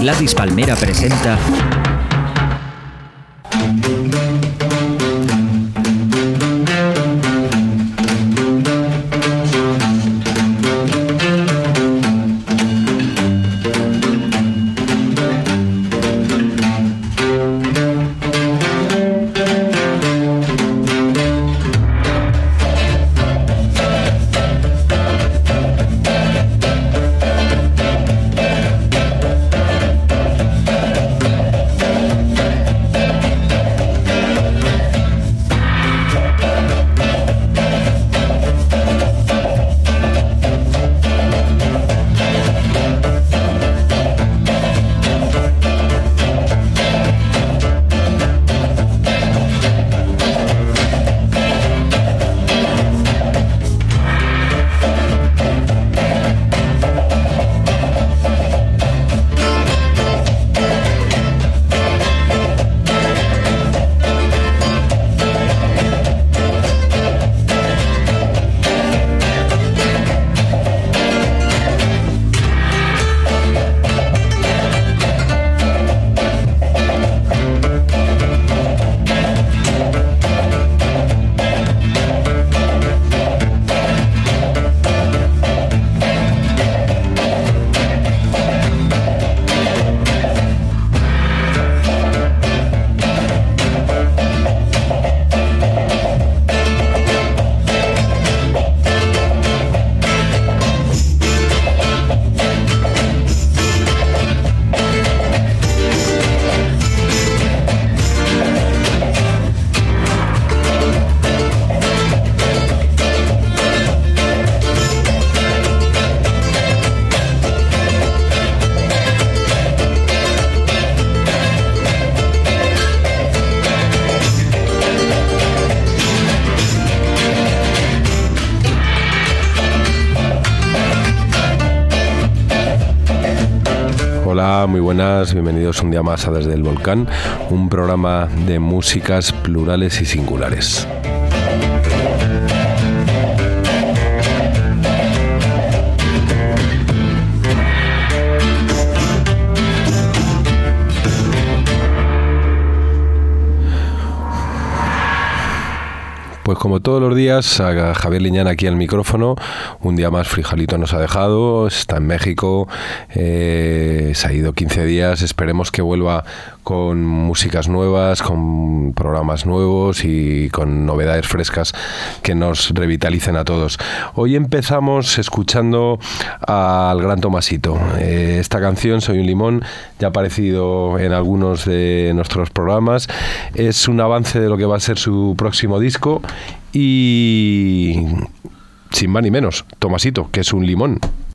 Gladys Palmera presenta Hola, muy buenas, bienvenidos un día más a Desde el Volcán, un programa de músicas plurales y singulares. Pues como todos los días, a Javier Liñán aquí al micrófono. Un día más Frijalito nos ha dejado, está en México, se ha ido 15 días, esperemos que vuelva con músicas nuevas, con programas nuevos y con novedades frescas que nos revitalicen a todos. Hoy empezamos escuchando al gran Tomasito. Esta canción, Soy un limón, ya ha aparecido en algunos de nuestros programas. Es un avance de lo que va a ser su próximo disco y, sin más ni menos, Tomasito, que es un limón.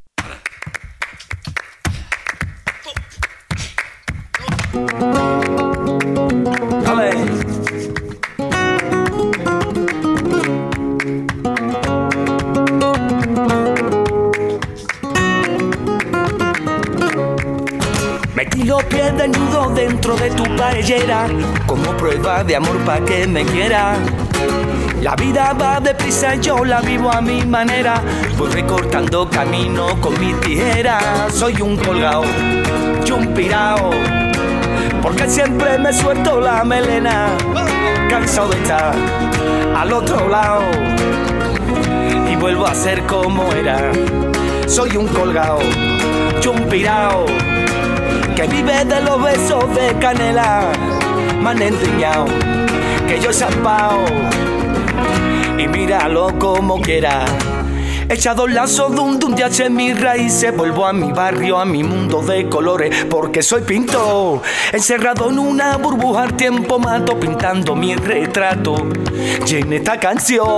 Metí los pies desnudos dentro de tu paellera como prueba de amor pa' que me quiera. La vida va deprisa y yo la vivo a mi manera. Voy recortando camino con mi tijera. Soy un colgao y un pirao, porque siempre me suelto la melena. Cansado de estar al otro lado y vuelvo a ser como era. Soy un colgao y un pirao, que vive de los besos de canela. Me han endiñado que yo he zampao y míralo como quiera. He echado lazos de un día en mis raíces. Vuelvo a mi barrio, a mi mundo de colores, porque soy pintor, encerrado en una burbuja al tiempo mato, pintando mi retrato y en esta canción.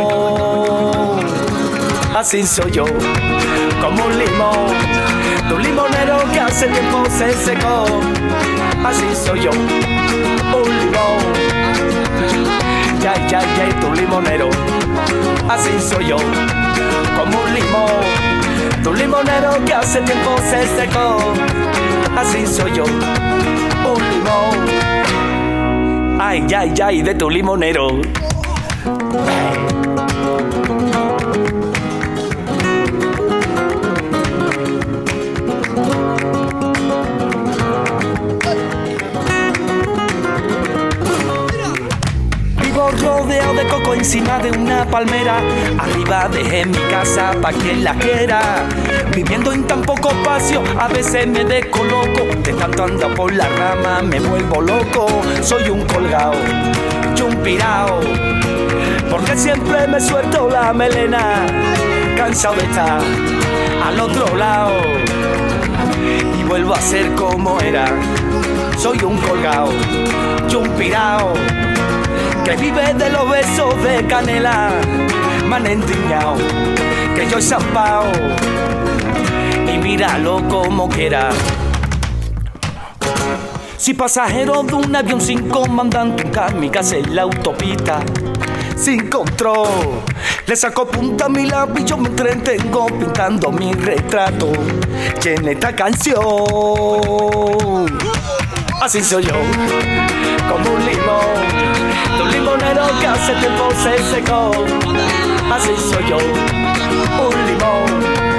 Así soy yo, como un limón, de un limonero que hace tiempo se secó. Así soy yo, un limón, ya, tu limonero. Así soy yo, como un limón, de un limonero que hace tiempo se secó. Así soy yo, un limón, ay, de tu limonero. encima de una palmera. Arriba dejé mi casa pa' quien la quiera. Viviendo en tan poco espacio, a veces me descoloco. De tanto andar por la rama me vuelvo loco. Soy un colgado, yo un pirao, porque siempre me suelto la melena. Cansado de estar al otro lado y vuelvo a ser como era. Soy un colgado, yo un pirao, que vive de los besos de canela. Me han endiñado que yo he zampao y míralo como quiera. Si pasajero de un avión sin comandante, un kamikaze en la autopista sin control, le saco punta a mi lápiz, yo me entretengo pintando mi retrato y en esta canción así soy yo, como un limón, de un limonero que hace tiempo se secó. Así soy yo, un limón,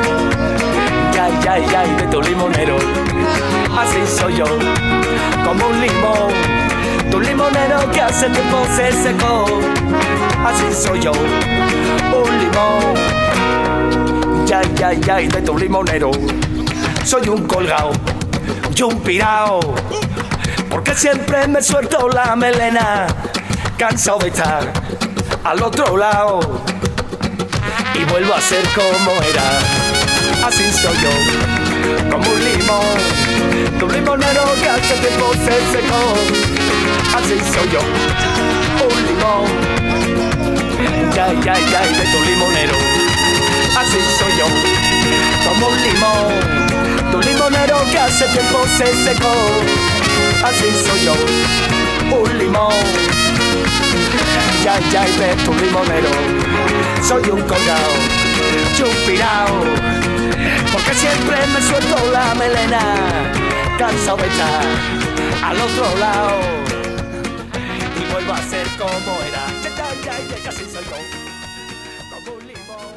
ya, de tu limonero. Así soy yo, como un limón, de un limonero que hace tiempo se secó. Así soy yo, un limón, ya, de tu limonero. Soy un colgado, yo un pirao, porque siempre me suelto la melena. Cansado de estar al otro lado y vuelvo a ser como era. Así soy yo, como un limón, de un limonero que hace tiempo se secó. Así soy yo, un limón, ya, de tu limonero. Así soy yo, como un limón, de un limonero que hace tiempo se secó. Así soy yo, un limón, ya, de tu limonero. Soy un colgado, yo un pirao, porque siempre me suelto la melena. Cansado de estar al otro lado y vuelvo a ser como era. Ya, casi soy yo, como un limón.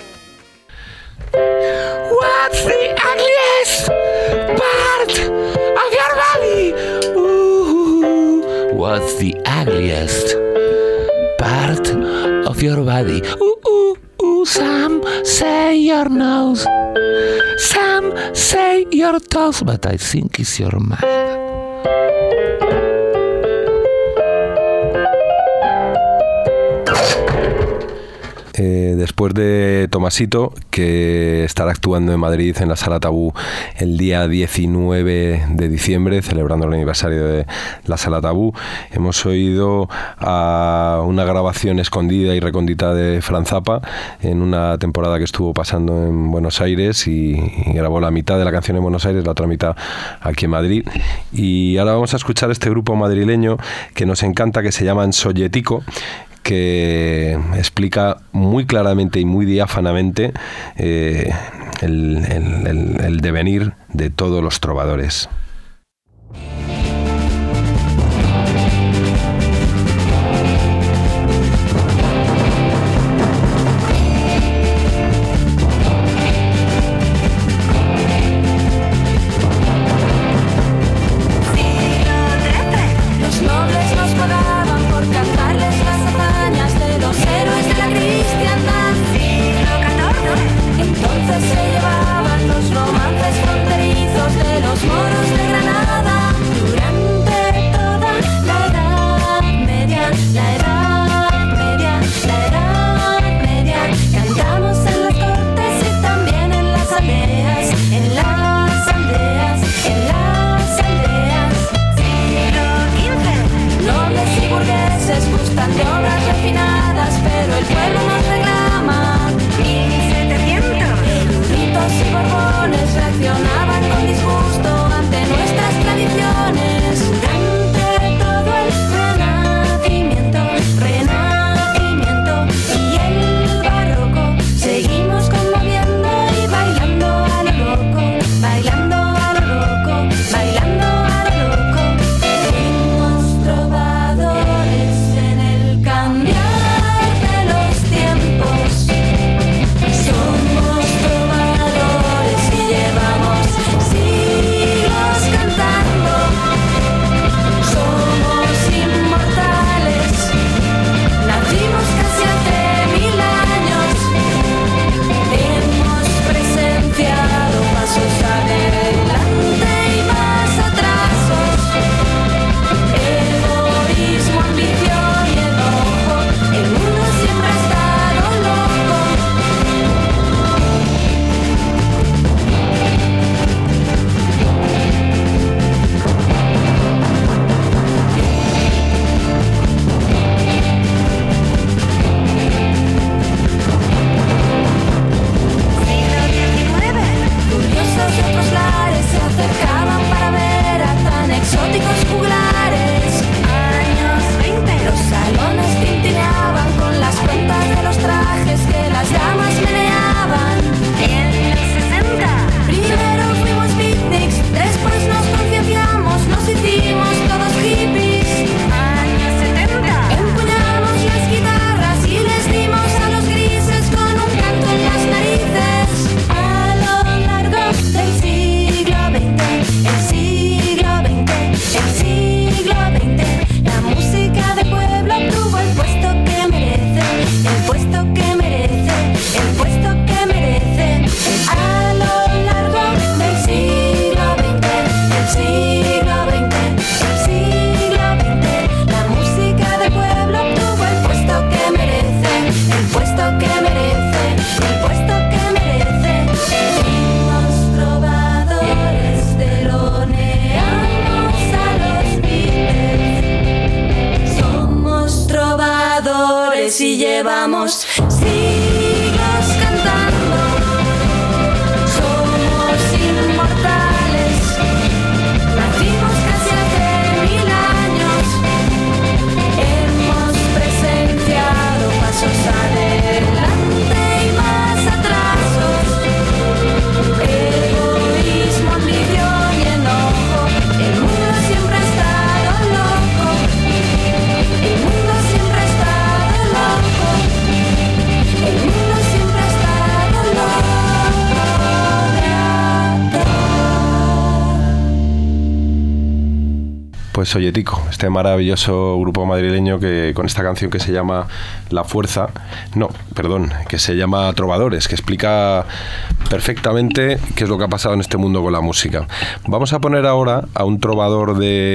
What's the ugliest part of your body? Ooh, what's the ugliest part of your body? Some say your nose, some say your toes, but I think it's your mind. Después de Tomasito, que estará actuando en Madrid en la Sala Tabú el día 19 de diciembre, celebrando el aniversario de la Sala Tabú, hemos oído a una grabación escondida y recóndita de Franz Zappa en una temporada que estuvo pasando en Buenos Aires y grabó la mitad de la canción en Buenos Aires, la otra mitad aquí en Madrid. Y ahora vamos a escuchar este grupo madrileño que nos encanta, que se llama Solletico, que explica muy claramente y muy diáfanamente el devenir de todos los trovadores. Se llevaban los romances fronterizos de los moros de si llevamos siglos cantando, somos inmortales, nacimos casi hace 1000 años, hemos presenciado pasos adelante y más atrasos, egoísmo, ambición y enojo, el mundo siempre ha estado loco, el mundo siempre ha estado loco, el mundo siempre ha estado loco de atrás. Pues oye, Tico, este maravilloso grupo madrileño que con esta canción que se llama La Fuerza, que se llama Trovadores, que explica perfectamente qué es lo que ha pasado en este mundo con la música. Vamos a poner ahora a un trovador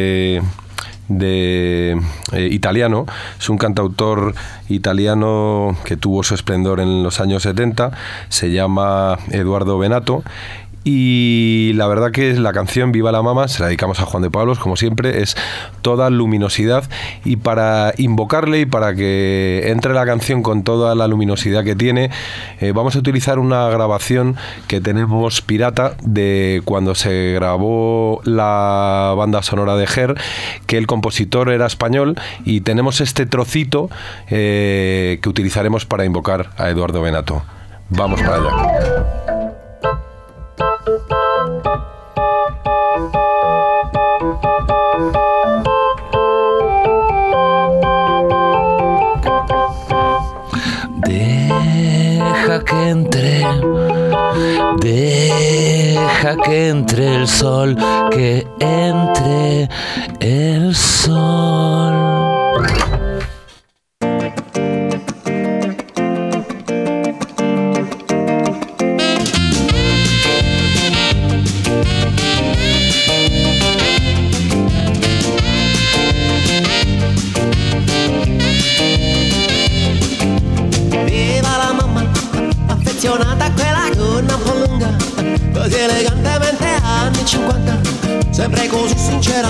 italiano. Es un cantautor italiano que tuvo su esplendor en los años 70, se llama Edoardo Bennato. Y la verdad que la canción Viva la Mama, se la dedicamos a Juan de Pablos, como siempre, es toda luminosidad, y para invocarle y para que entre la canción con toda la luminosidad que tiene, vamos a utilizar una grabación que tenemos pirata de cuando se grabó la banda sonora de Her, que el compositor era español, y tenemos este trocito que utilizaremos para invocar a Edoardo Bennato. Vamos para allá. Deja que entre el sol, que entre el sol. A quella gonna un po' lunga, così elegantemente anni 50, sempre così sincera.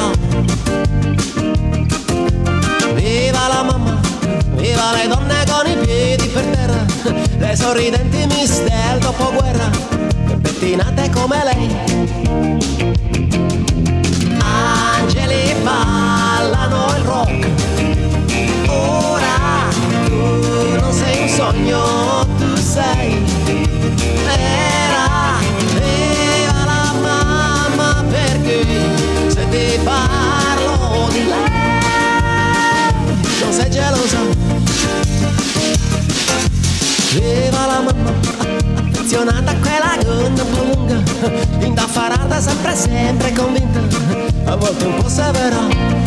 Viva la mamma, viva le donne con i piedi per terra, le sorridenti miss del dopoguerra, e pettinate come lei. Angeli ballano il rock, ora tu non sei un sogno, tu sei vera. Viva la mamma, perché se ti parlo di lei non sei gelosa. Viva la mamma, affezionata a quella gonna un po' lunga, indaffarata, sempre convinta, a volte un po' severa.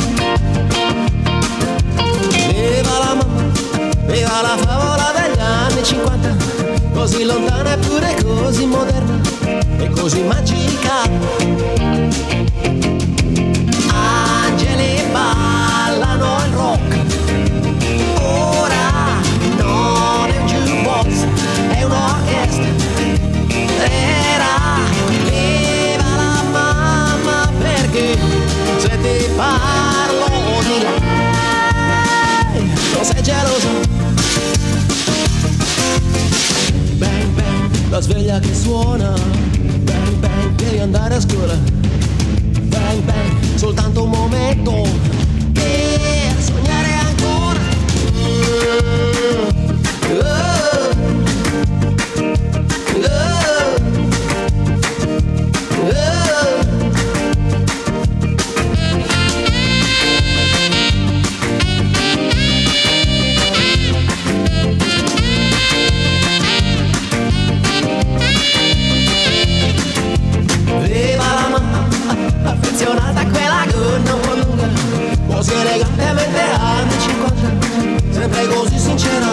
Viva la mamma, viva la favola degli anni 50, così lontana eppure così moderna e così magica. Angeli ballano il rock, ora non è un jukebox, è un'orchestra vera. Viva la mamma, perché se ti parlo di lei non sei geloso. Bang bang, la sveglia che suona, bang bang, devi andare a scuola. Bang bang, soltanto un momento per sognare ancora. Affezionata a quella gonna un po' lunga, così elegantemente anni 50, sempre così sincera.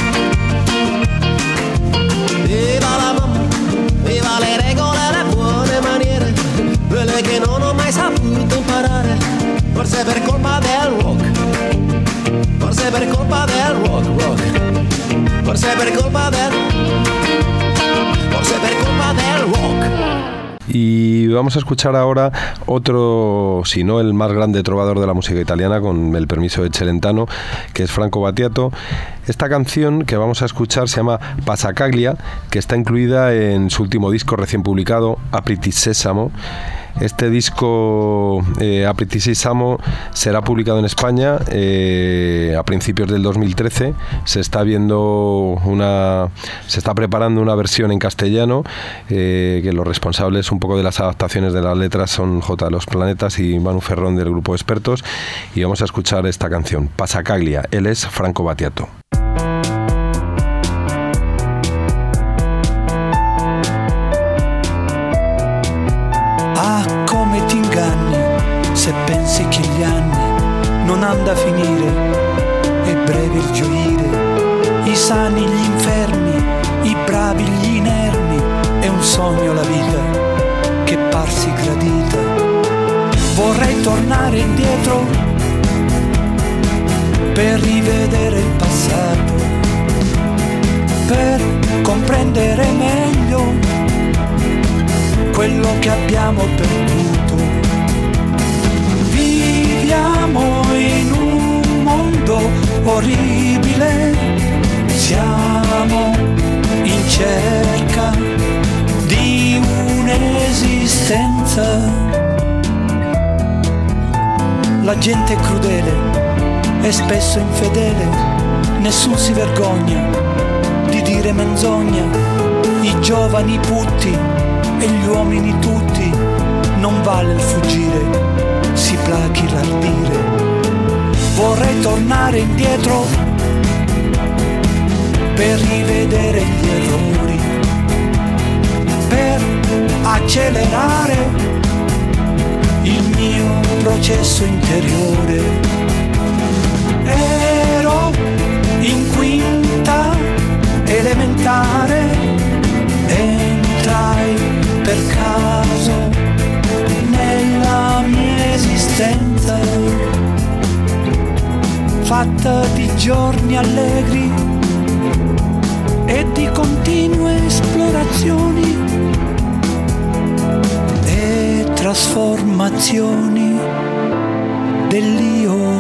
Viva la mamma, viva le regole e le buone maniere, quelle che non ho mai saputo imparare, forse per colpa del rock, forse per colpa del rock, forse per colpa del, forse per colpa del rock. Y vamos a escuchar ahora otro, si no el más grande trovador de la música italiana, con el permiso de Celentano, que es Franco Battiato. Esta canción que vamos a escuchar se llama Passacaglia, que está incluida en su último disco recién publicado, Apriti Sésamo. Este disco, Apriti Sésamo, será publicado en España a principios del 2013. Se está preparando una versión en castellano, que los responsables un poco de las adaptaciones de las letras son J. de los Planetas y Manu Ferrón del grupo de expertos. Y vamos a escuchar esta canción, Passacaglia. Él es Franco Battiato. Se pensi che gli anni non hanno a finire, è breve il gioire, i sani gli infermi, i bravi gli inermi, è un sogno la vita che parsi gradita. Vorrei tornare indietro per rivedere il passato, per comprendere meglio quello che abbiamo perduto. Viviamo in un mondo orribile, siamo in cerca di un'esistenza. La gente è crudele e spesso infedele, nessun si vergogna di dire menzogna. I giovani putti e gli uomini tutti, non vale il fuggire, si plachi l'ardire. Vorrei tornare indietro per rivedere gli errori, per accelerare il mio processo interiore. Ero in quinta elementare, entrai per caso nella mia esistenza, fatta di giorni allegri e di continue esplorazioni e trasformazioni dell'io.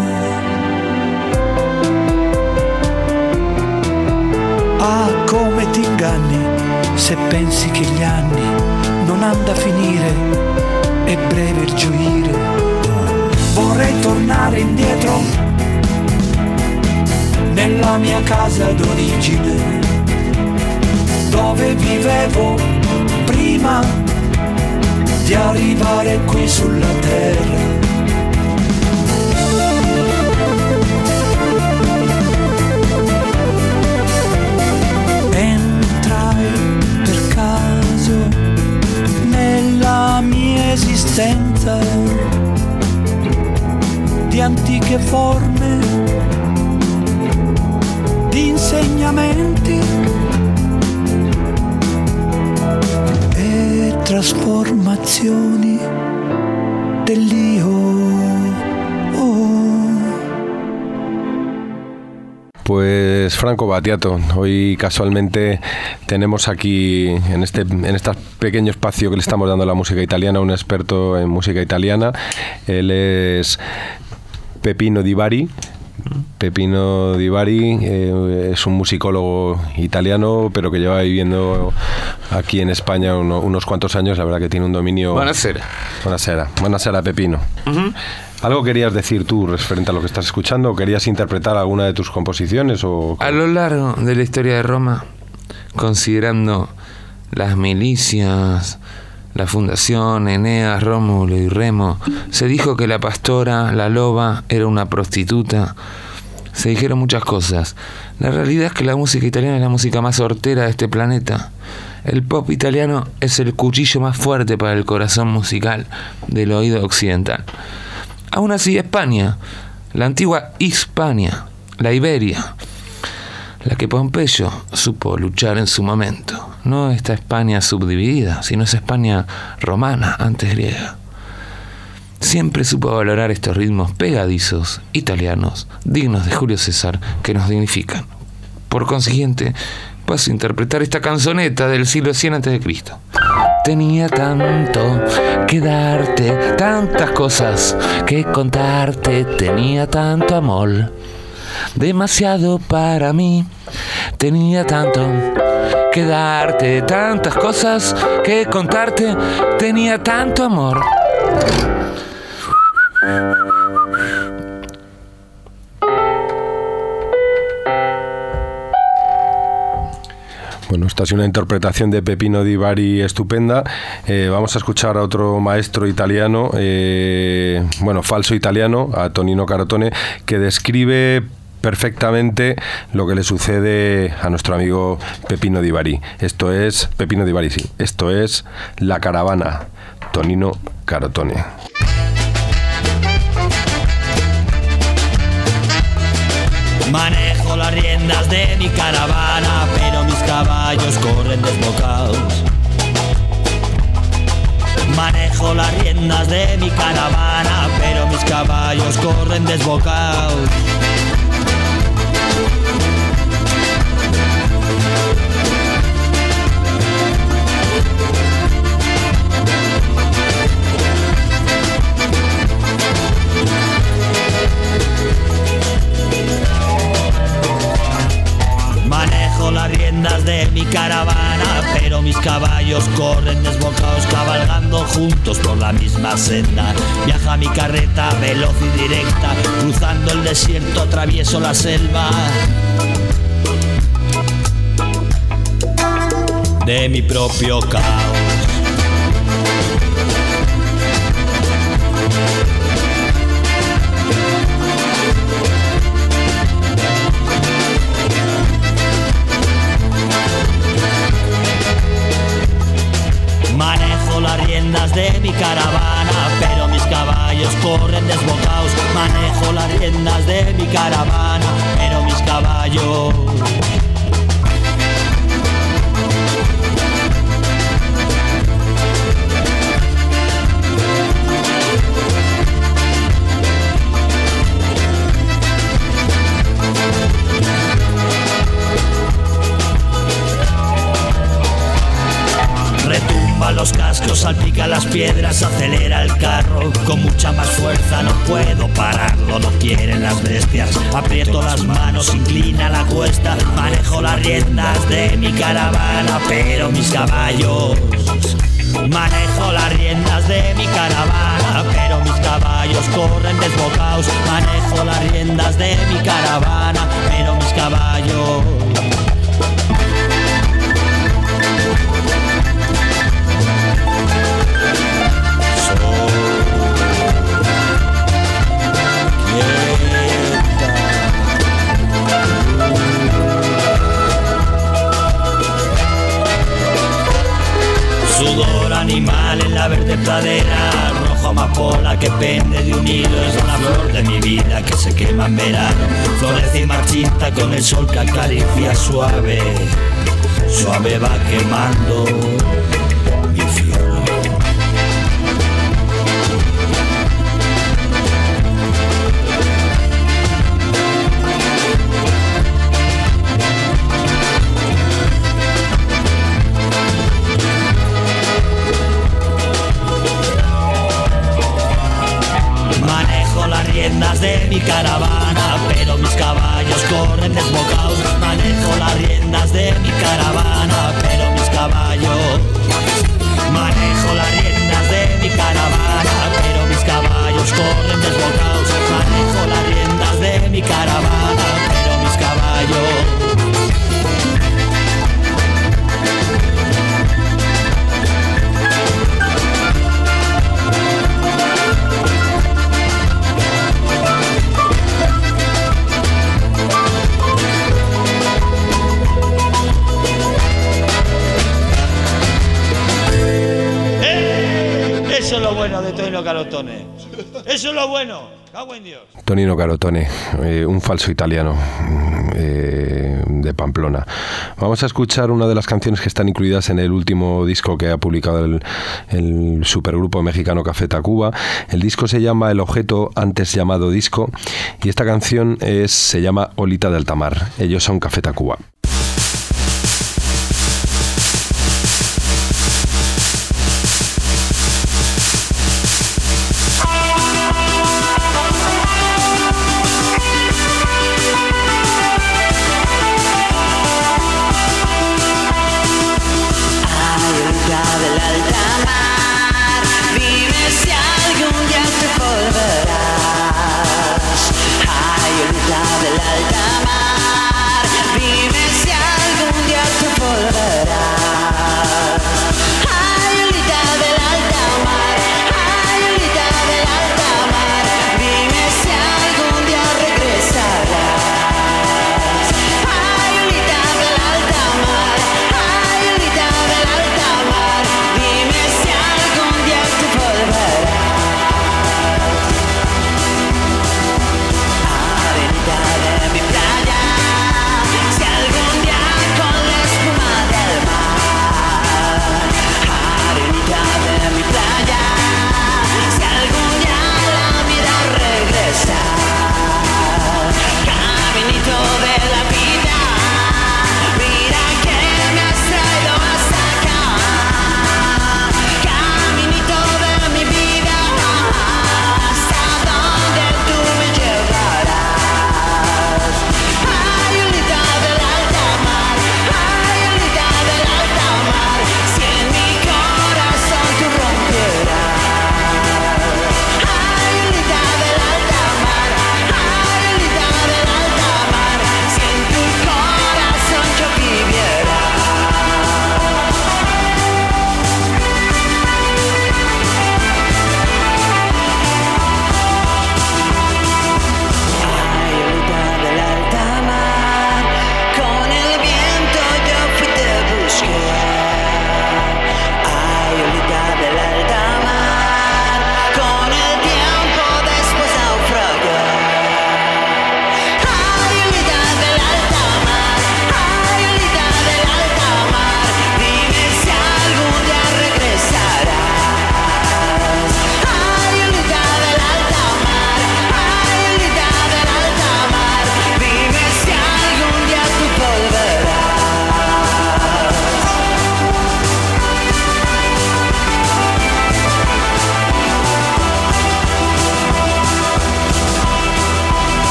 Ah, come ti inganni se pensi che gli anni non hanno a finire, è breve il gioire. Vorrei tornare indietro nella mia casa d'origine, dove vivevo prima di arrivare qui sulla terra. Entrai per caso nella mia esistenza di antiche forme, di insegnamenti e trasformazioni dell'io. Pues Franco Battiato, hoy casualmente tenemos aquí en este pequeño espacio que le estamos dando a la música italiana un experto en música italiana. Él es Peppino Di Bari. Peppino Di Bari es un musicólogo italiano, pero que lleva viviendo aquí en España unos cuantos años. La verdad que tiene un dominio... Buonasera. Buonasera, Peppino. Uh-huh. ¿Algo querías decir tú referente a lo que estás escuchando? ¿O querías interpretar alguna de tus composiciones? A lo largo de la historia de Roma, considerando las milicias, la fundación, Eneas, Rómulo y Remo, se dijo que la pastora, la loba, era una prostituta. Se dijeron muchas cosas. La realidad es que la música italiana es la música más hortera de este planeta. El pop italiano es el cuchillo más fuerte para el corazón musical del oído occidental. Aún así, España, la antigua Hispania, la Iberia, la que Pompeyo supo luchar en su momento, no esta España subdividida, sino esa España romana, antes griega, siempre supo valorar estos ritmos pegadizos, italianos, dignos de Julio César, que nos dignifican. Por consiguiente, paso a interpretar esta canzoneta del siglo 100 a.C. tenía tanto que darte, tantas cosas que contarte, tenía tanto amor, demasiado para mí, tenía tanto que darte, tantas cosas que contarte, tenía tanto amor. Bueno, esta es una interpretación de Peppino Di Bari estupenda. Vamos a escuchar a otro maestro italiano, falso italiano, a Tonino Carotone, que describe perfectamente lo que le sucede a nuestro amigo Peppino Di Bari. Esto es La Caravana, Tonino Carotone. Manejo las riendas de mi caravana, pero mis caballos corren desbocados. Manejo las riendas de mi caravana, pero mis caballos corren desbocados. Manejo las riendas de mi caravana, pero mis caballos corren desbocados, cabalgando juntos por la misma senda. Viaja mi carreta veloz y directa, cruzando el desierto, atravieso la selva de mi propio caos. Manejo las riendas de mi caravana, pero mis caballos corren desbocados. Manejo las riendas de mi caravana, pero mis caballos retumba los cascos, salpica las piedras, acelera el carro con mucha más fuerza. No puedo pararlo, no quieren las bestias. Aprieto las manos, inclina la cuesta. Manejo las riendas de mi caravana, pero mis caballos. Manejo las riendas de mi caravana, pero mis caballos corren desbocados. Manejo las riendas de mi caravana, pero mis caballos. Sudor animal en la verde pradera, rojo amapola que pende de un hilo. Es la flor de mi vida que se quema en verano, florece y marchita con el sol que acaricia suave. Suave va quemando mi fiel. Riendas de mi caravana, pero mis caballos corren desbocados. Manejo las riendas de mi caravana, pero mis caballos. Manejo las riendas de mi caravana, pero mis caballos corren desbocados. Manejo las riendas de mi caravana, pero mis caballos. Eso es lo bueno de Tonino Carotone. Eso es lo bueno. Cago en Dios. Tonino Carotone, un falso italiano de Pamplona. Vamos a escuchar una de las canciones que están incluidas en el último disco que ha publicado el supergrupo mexicano Café Tacuba. El disco se llama El Objeto, antes llamado Disco, y esta canción se llama Olita de Altamar. Ellos son Café Tacuba.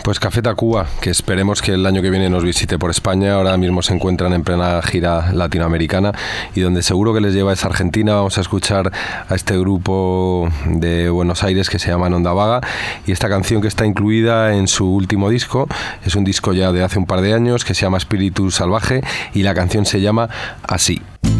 Pues Café Tacuba, que esperemos que el año que viene nos visite por España. Ahora mismo se encuentran en plena gira latinoamericana y donde seguro que les lleva es Argentina. Vamos a escuchar a este grupo de Buenos Aires que se llama Onda Vaga, y esta canción que está incluida en su último disco, es un disco ya de hace un par de años que se llama Espíritu Salvaje, y la canción se llama Así.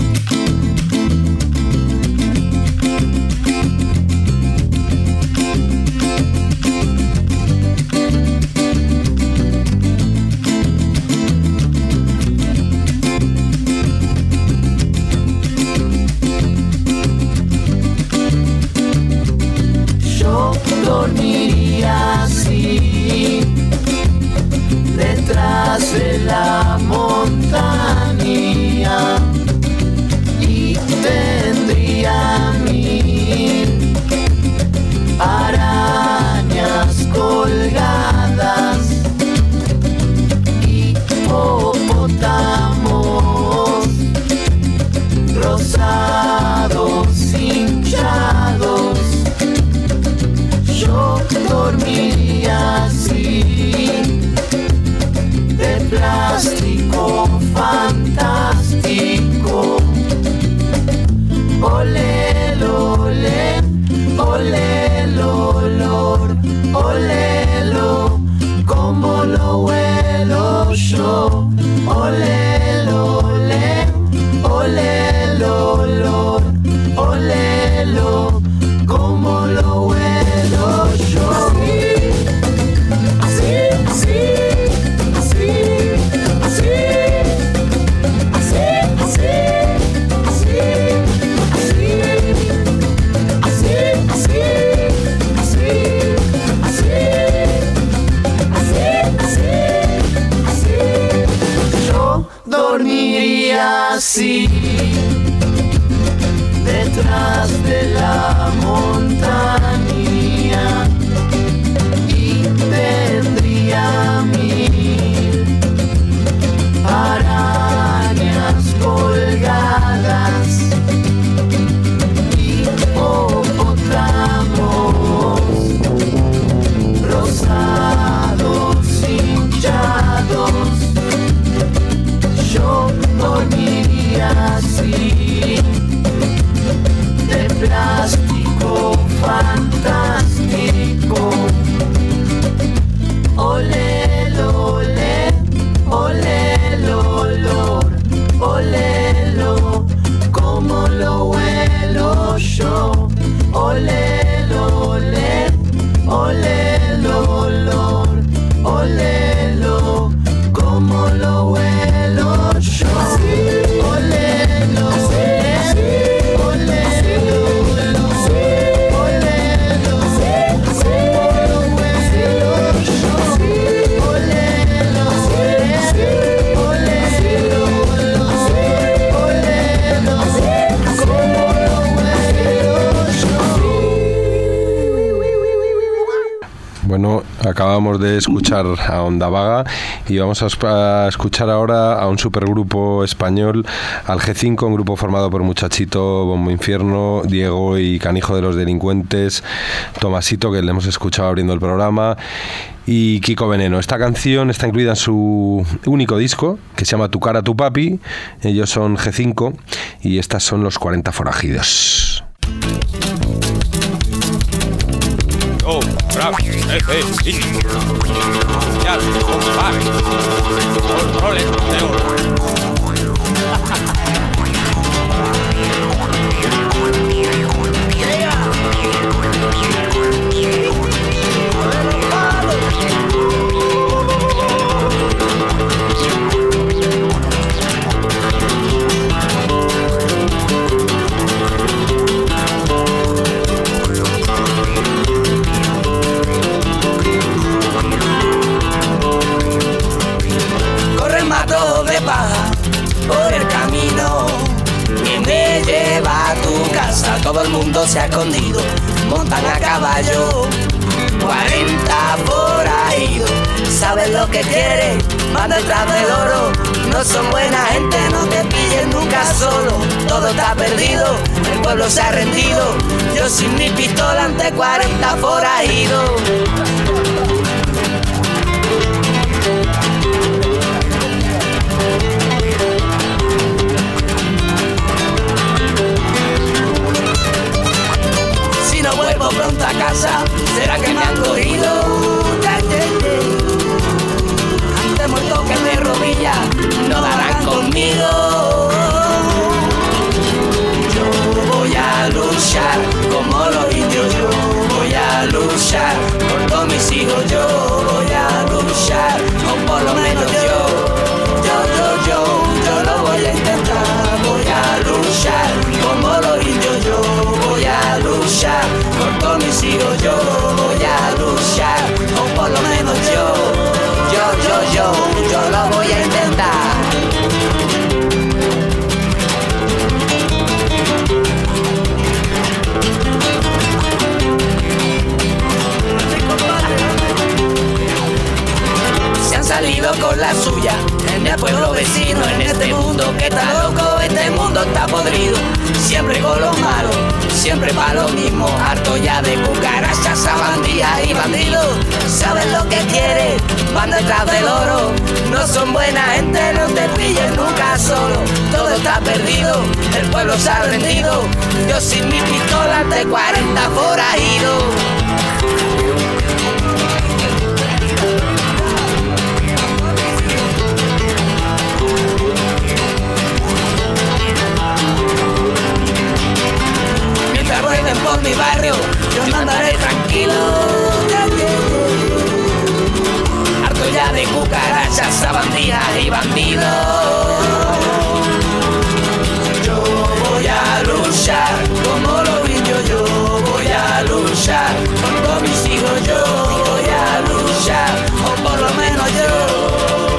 Dormiría así, detrás de la montaña, y tendría 1000 arañas colgadas, hipopótamos rosados hinchados. Yo dormiría así, de plástico fantástico. Olé, olé, olé, el olor, olelo, como lo huelo yo. Olé, olé, olé, el olor, olelo, como lo huelo yo. Así, así, así, así, así, así, así, así, así, así, así, así, así, así. Yo dormiría así, detrás de la montaña, y tendría 1000 arañas colgadas, hipopótamos rosados hinchados. Yo dormiría así, de plástico fantástico. Olelo, olé, olelo, olor, olelo, como lo huelo yo. Olelo, olé, olelo, olor, olelo, como lo huelo yo. Olelo, Bueno, acabamos de escuchar a Onda Vaga y vamos a escuchar ahora a un supergrupo español, al G5, un grupo formado por Muchachito, Bombo Infierno, Diego y Canijo de los Delincuentes, Tomasito, que le hemos escuchado abriendo el programa, y Kiko Veneno. Esta canción está incluida en su único disco, que se llama Tu cara, tu papi. Ellos son G5 y estas son Los 40 Forajidos. Oh, bravo, ya, compadre, controles de oro. Por el camino que me lleva a tu casa, todo el mundo se ha escondido, montan a caballo, 40 forajidos, saben lo que quieren, van detrás del oro, no son buena gente, no te pillen nunca solo, todo está perdido, el pueblo se ha rendido, yo sin mi pistola ante 40 forajidos. que está loco, este mundo está podrido. Siempre con lo malo, siempre pa' lo mismo. Harto ya de cucarachas, sabandías y bandidos. Saben lo que quieren, van detrás del oro. No son buena gente, no te pillen nunca solo. Todo está perdido, el pueblo se ha rendido. Yo sin mi pistola de 40 forajidos. Mientras rueden por mi barrio, yo andaré tranquilo. Harto ya de cucarachas, sabandías y bandidos. Yo voy a luchar, como lo vi yo voy a luchar. Con todos mis hijos yo voy a luchar, o por lo menos yo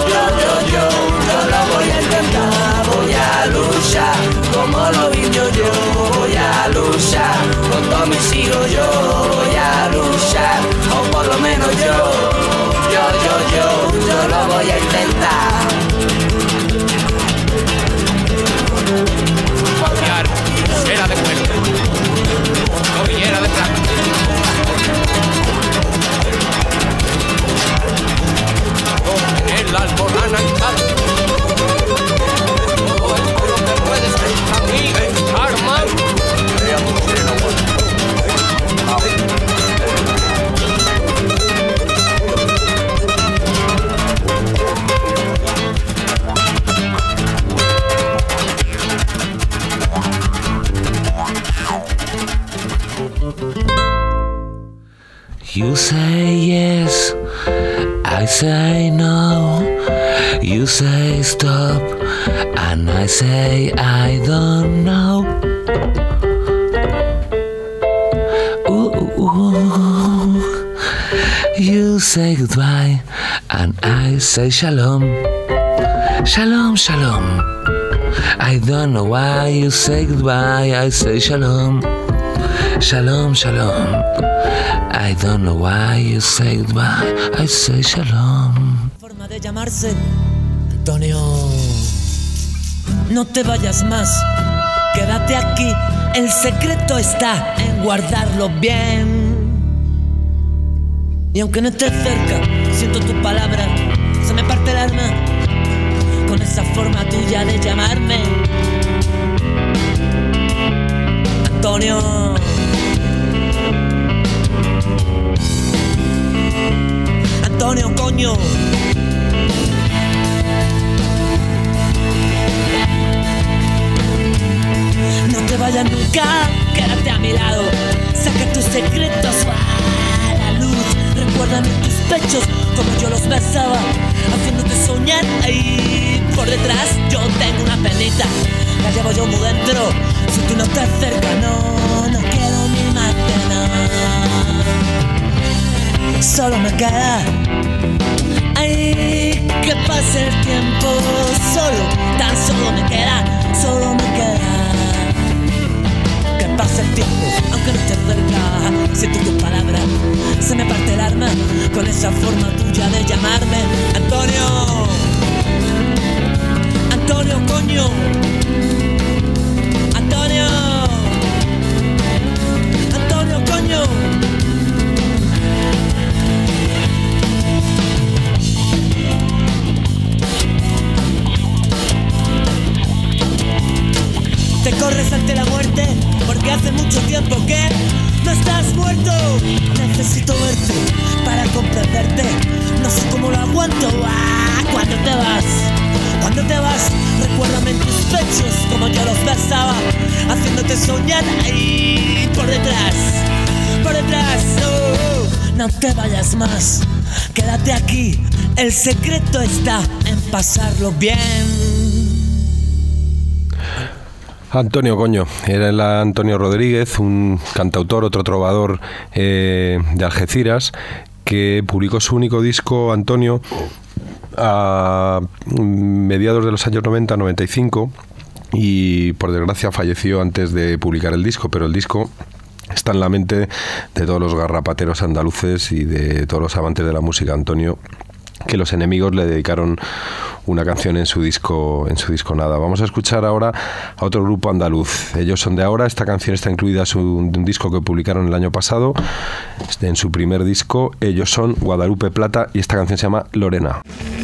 lo voy a intentar. Voy a luchar, como lo vi yo voy a luchar. Con todos mis hijos yo voy a luchar, o por lo menos yo lo voy a intentar. Copiar cera de cuero, tobillera de plata. Con el alborán ancado, todo el pueblo que puedes aquí armar. You say yes, I say no. You say stop, and I say I don't know. Ooh. You say goodbye, and I say shalom. Shalom, shalom. I don't know why you say goodbye, I say shalom. Shalom, shalom. I don't know why you say goodbye, I say shalom. Forma de llamarse Antonio. No te vayas más, quédate aquí. El secreto está en guardarlo bien. Y aunque no estés cerca, siento tu palabra, se me parte el alma con esa forma tuya de llamarme Antonio. Antonio, coño. No te vayas nunca, quédate a mi lado. Saca tus secretos a la luz. Recuérdame tus pechos como yo los besaba, haciéndote soñar ahí. Por detrás yo tengo una penita, la llevo yo muy dentro. Si tú no estás cerca, no quiero ni mantener. Solo me queda ay, que pase el tiempo. Tan solo me queda que pase el tiempo, aunque no esté cerca. Siento tu palabra, se me parte el alma con esa forma tuya de llamarme Antonio. Antonio, coño. Antonio. Antonio, coño. Te corres ante la muerte porque hace mucho tiempo que no estás muerto. Necesito verte para comprenderte. No sé cómo lo aguanto. Cuando te vas, recuérdame en tus pechos como yo los besaba, haciéndote soñar ahí por detrás. No te vayas más, quédate aquí. El secreto está en pasarlo bien. Antonio, coño, era el Antonio Rodríguez, un cantautor, otro trovador de Algeciras, que publicó su único disco, Antonio, a mediados de los años 90-95, y por desgracia falleció antes de publicar el disco, pero el disco está en la mente de todos los garrapateros andaluces y de todos los amantes de la música. Antonio que Los Enemigos le dedicaron una canción en su disco Nada. Vamos a escuchar ahora a otro grupo andaluz. Ellos son de ahora. Esta canción está incluida en un disco que publicaron el año pasado, en su primer disco. Ellos son Guadalupe Plata y esta canción se llama Lorena.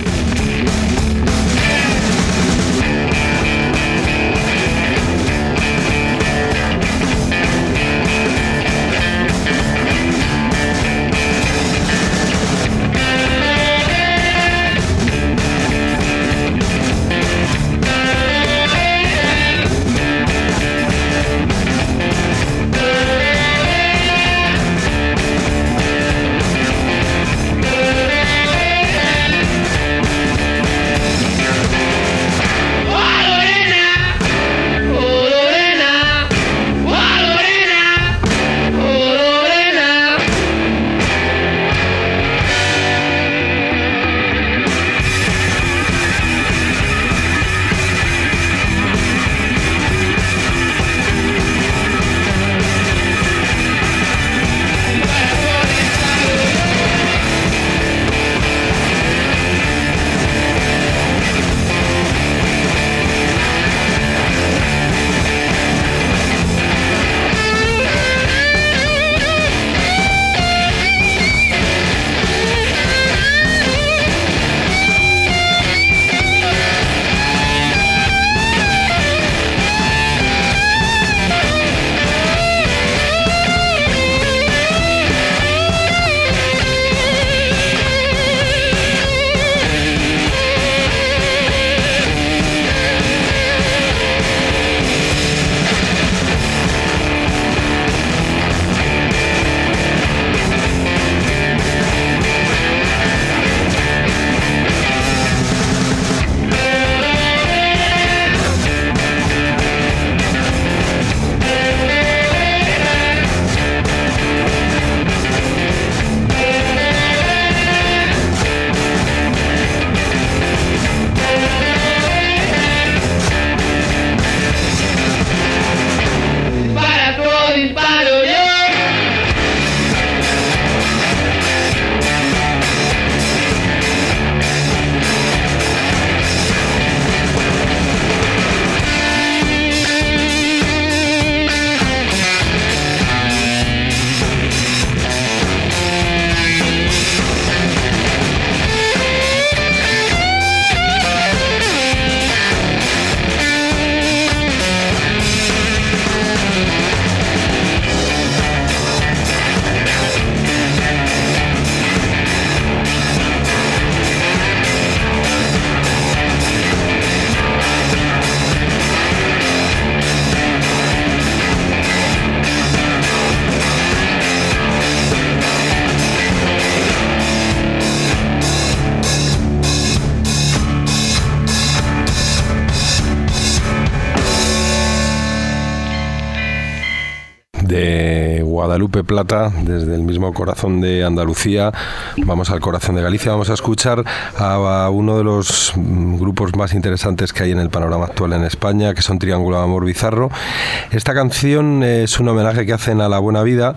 Guadalupe Plata, desde el mismo corazón de Andalucía. Vamos al corazón de Galicia. Vamos a escuchar a uno de los grupos más interesantes que hay en el panorama actual en España, que son Triángulo de Amor Bizarro. Esta canción es un homenaje que hacen a la buena vida.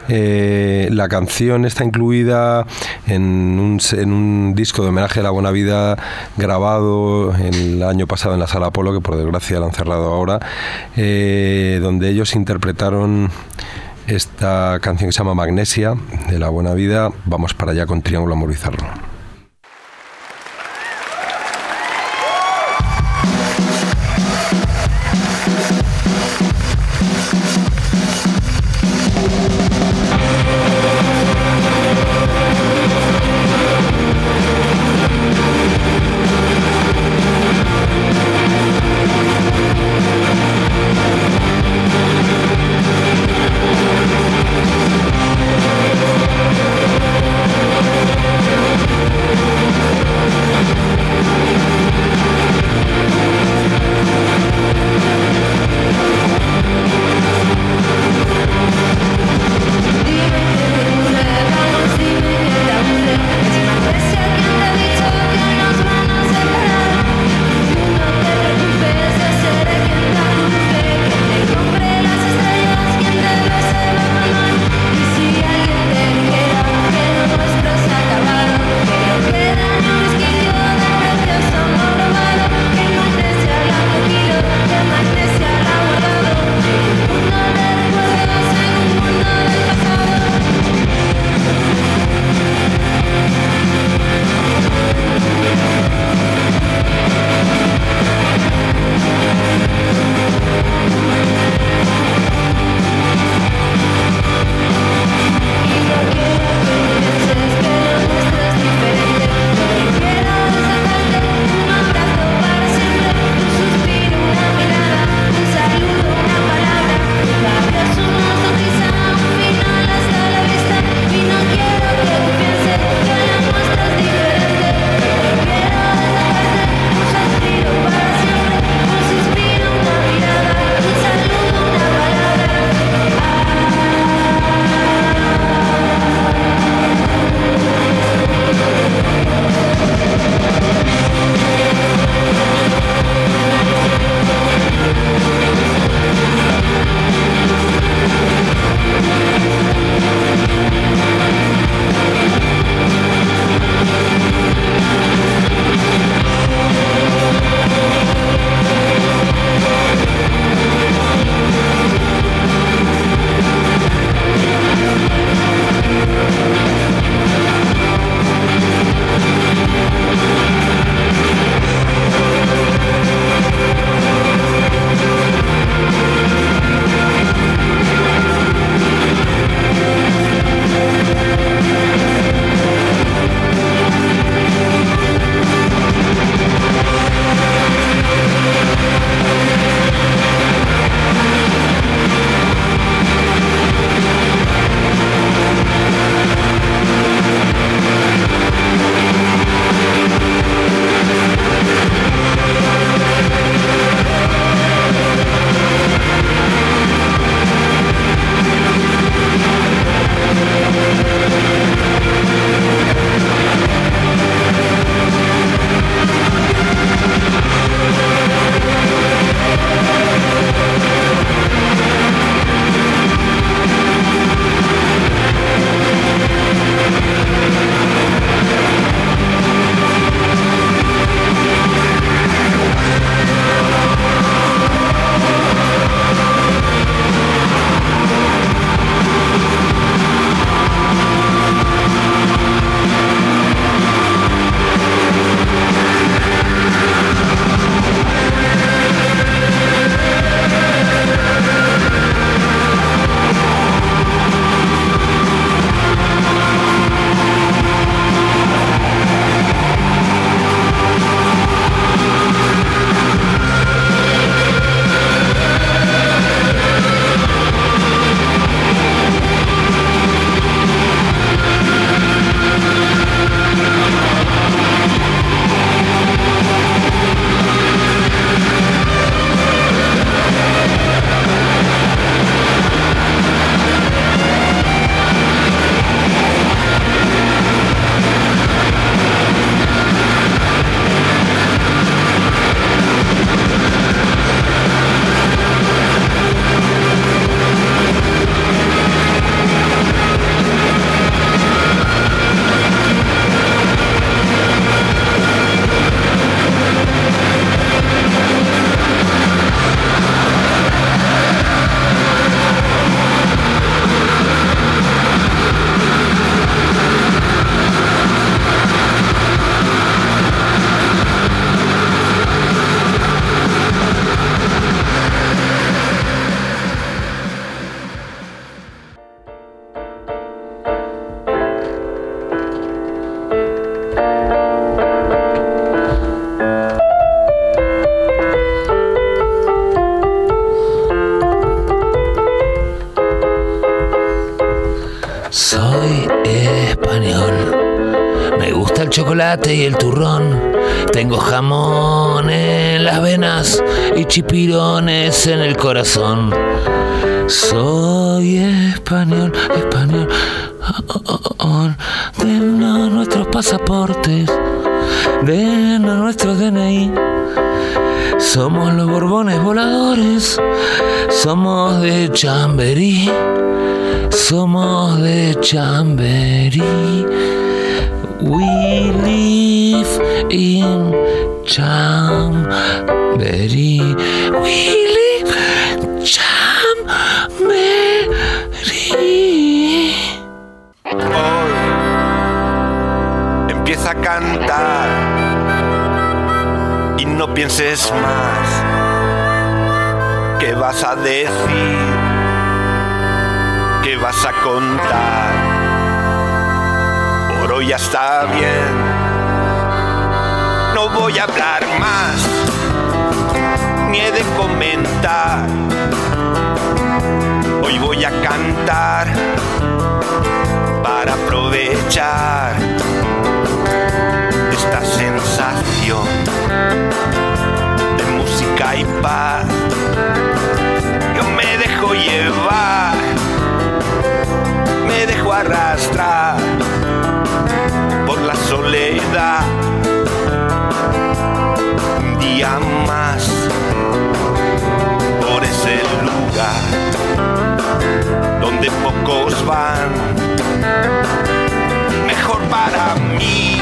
La canción está incluida en un disco de homenaje a la buena vida grabado el año pasado en la Sala Apolo, que por desgracia la han cerrado ahora, donde ellos interpretaron esta canción que se llama Magnesia, de la buena vida. Vamos para allá con Triángulo Amor Bizarro. Soy español. Me gusta el chocolate y el turrón. Tengo jamón en las venas y chipirones en el corazón. Soy español, español. Denos nuestros pasaportes, denos nuestros DNI. Somos los Borbones voladores. Somos de Chamberí. Somos de Chamberí. We live in Chamberí. We live in Chamberí. Hoy empieza a cantar y no pienses más. ¿Qué vas a decir? ¿Qué vas a contar? Por hoy ya está bien. No voy a hablar más, ni he de comentar. Hoy voy a cantar para aprovechar esta sensación de música y paz. Yo me dejo llevar, me dejo arrastrar por la soledad. Un día más por ese lugar donde pocos van. Mejor para mí,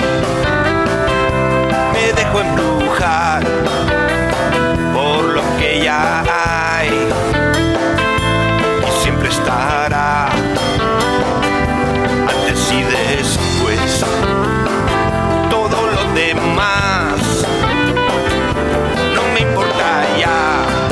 me dejo embrujar por lo que ya hay y siempre estará. Antes y después, todo lo demás no me importa ya.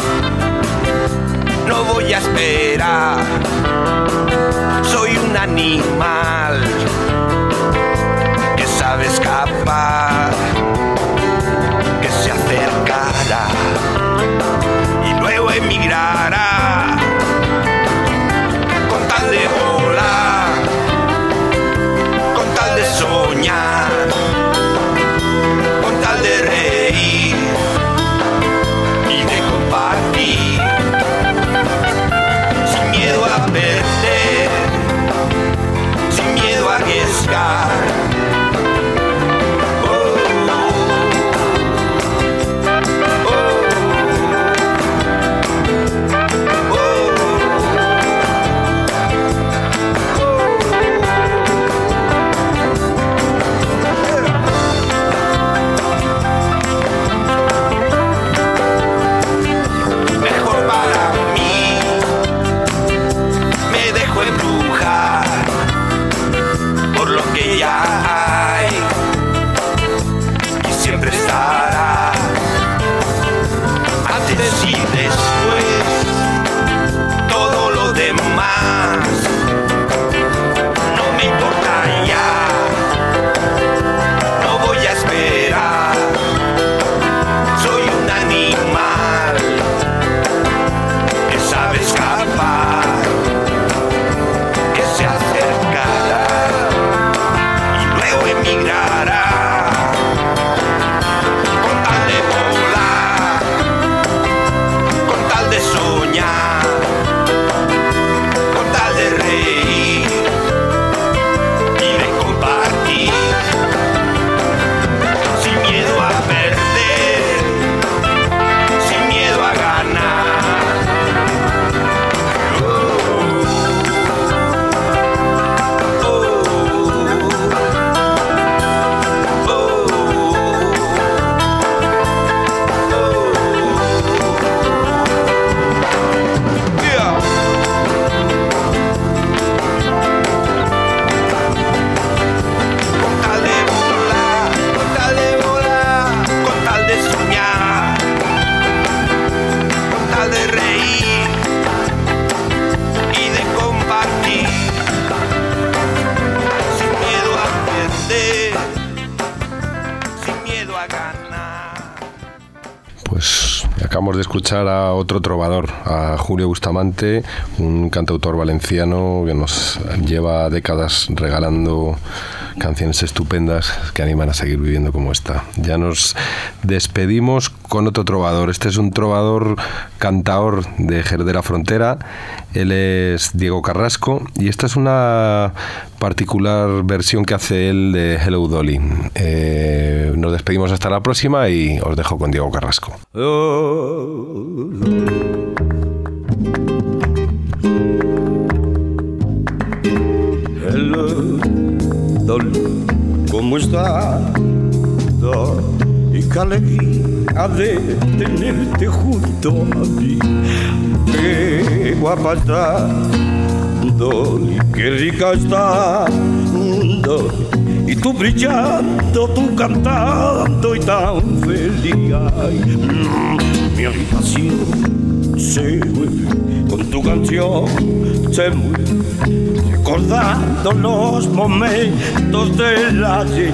No voy a esperar. Soy un animal que sabe escapar, que se acercará y luego emigrará con tal de volar, con tal de soñar, con tal de reír y de compartir, sin miedo a perder, sin miedo a arriesgar. Con Acabamos de escuchar a otro trovador, a Julio Bustamante, un cantautor valenciano que nos lleva décadas regalando canciones estupendas que animan a seguir viviendo como esta. Ya nos despedimos con otro trovador. Este es un trovador cantaor de Jerez de la Frontera. Él es Diego Carrasco y esta es una particular versión que hace él de Hello Dolly. Nos despedimos hasta la próxima y os dejo con Diego Carrasco. Hello, Dolly, ¿cómo estás? Y qué alegría de tenerte junto a mí. Qué guapa estás, Dolly, qué rica estás, Dolly. Y tú brillando, tú cantando y tan feliz. Ay, mi habitación se mueve con tu canción, se mueve recordando los momentos del ayer.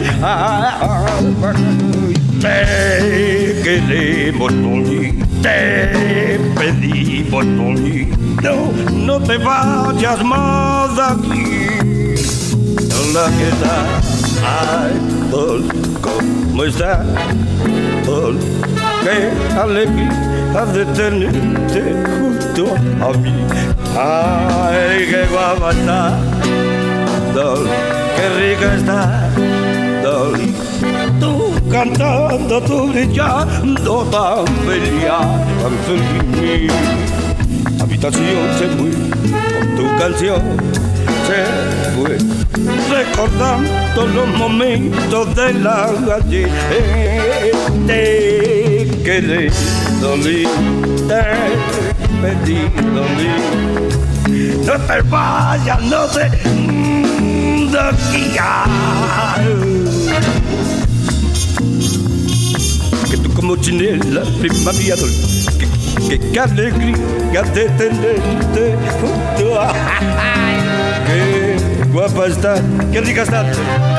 Te queremos, Dolly, te pedimos, Dolly, no te vayas más de aquí. Hola, ¿qué tal? Ay, Dolly, ¿cómo estás? Dolly, qué alegría de tenerte junto a mí. Ay, qué guapa está, Dolly, qué rica está, Dolly. Tú cantando, tú brillando tan feliz, mi habitación se mueve con tu canción, se mueve recordando los momentos de la ayer. Te quedé, Dolly, te pedí, Dolly, no te vayas, no te de aquí. Que tú como chinela, prima mía, Dolly, que alegría de tenerte junto a... Qué guapa estás, qué rica estás.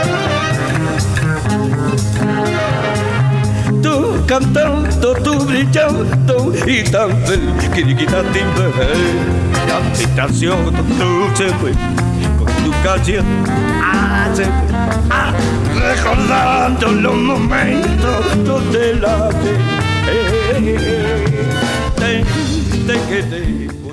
Tú cantando, tú brillando y tan feliz. Quiriquita timbre, la habitación, tú se fue con tu canción. Se fue, recordando los momentos de la te quedé.